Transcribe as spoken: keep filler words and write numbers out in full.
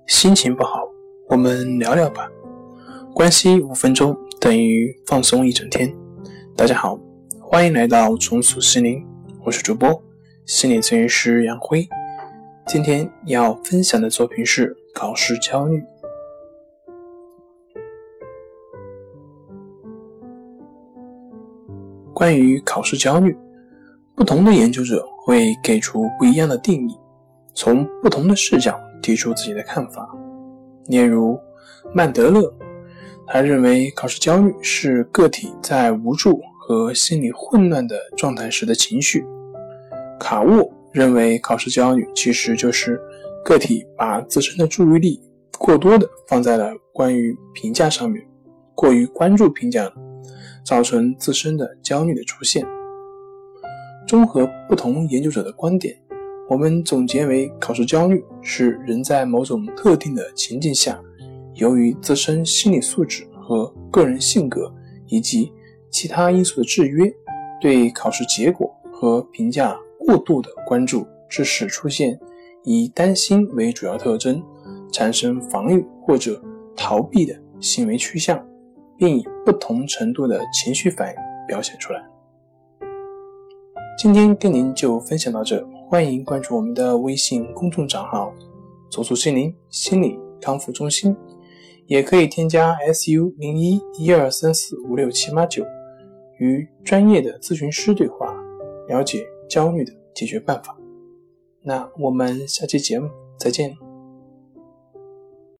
心情不好，我们聊聊吧。关系五分钟等于放松一整天。大家好，欢迎来到重塑心灵，我是主播心理咨询师杨辉。今天要分享的作品是考试焦虑。关于考试焦虑，不同的研究者会给出不一样的定义，从不同的视角提出自己的看法。例如曼德勒，他认为考试焦虑是个体在无助和心理混乱的状态时的情绪。卡沃认为考试焦虑其实就是个体把自身的注意力过多的放在了关于评价上面，过于关注评价了，造成自身的焦虑的出现。综合不同研究者的观点，我们总结为考试焦虑是人在某种特定的情境下，由于自身心理素质和个人性格以及其他因素的制约，对考试结果和评价过度的关注，致使出现以担心为主要特征，产生防御或者逃避的行为趋向，并以不同程度的情绪反应表现出来。今天跟您就分享到这，欢迎关注我们的微信公众账号重塑心灵心理康复中心，也可以添加 S U 零一 一二三四五六七八九与专业的咨询师对话，了解焦虑的解决办法。那我们下期节目再见。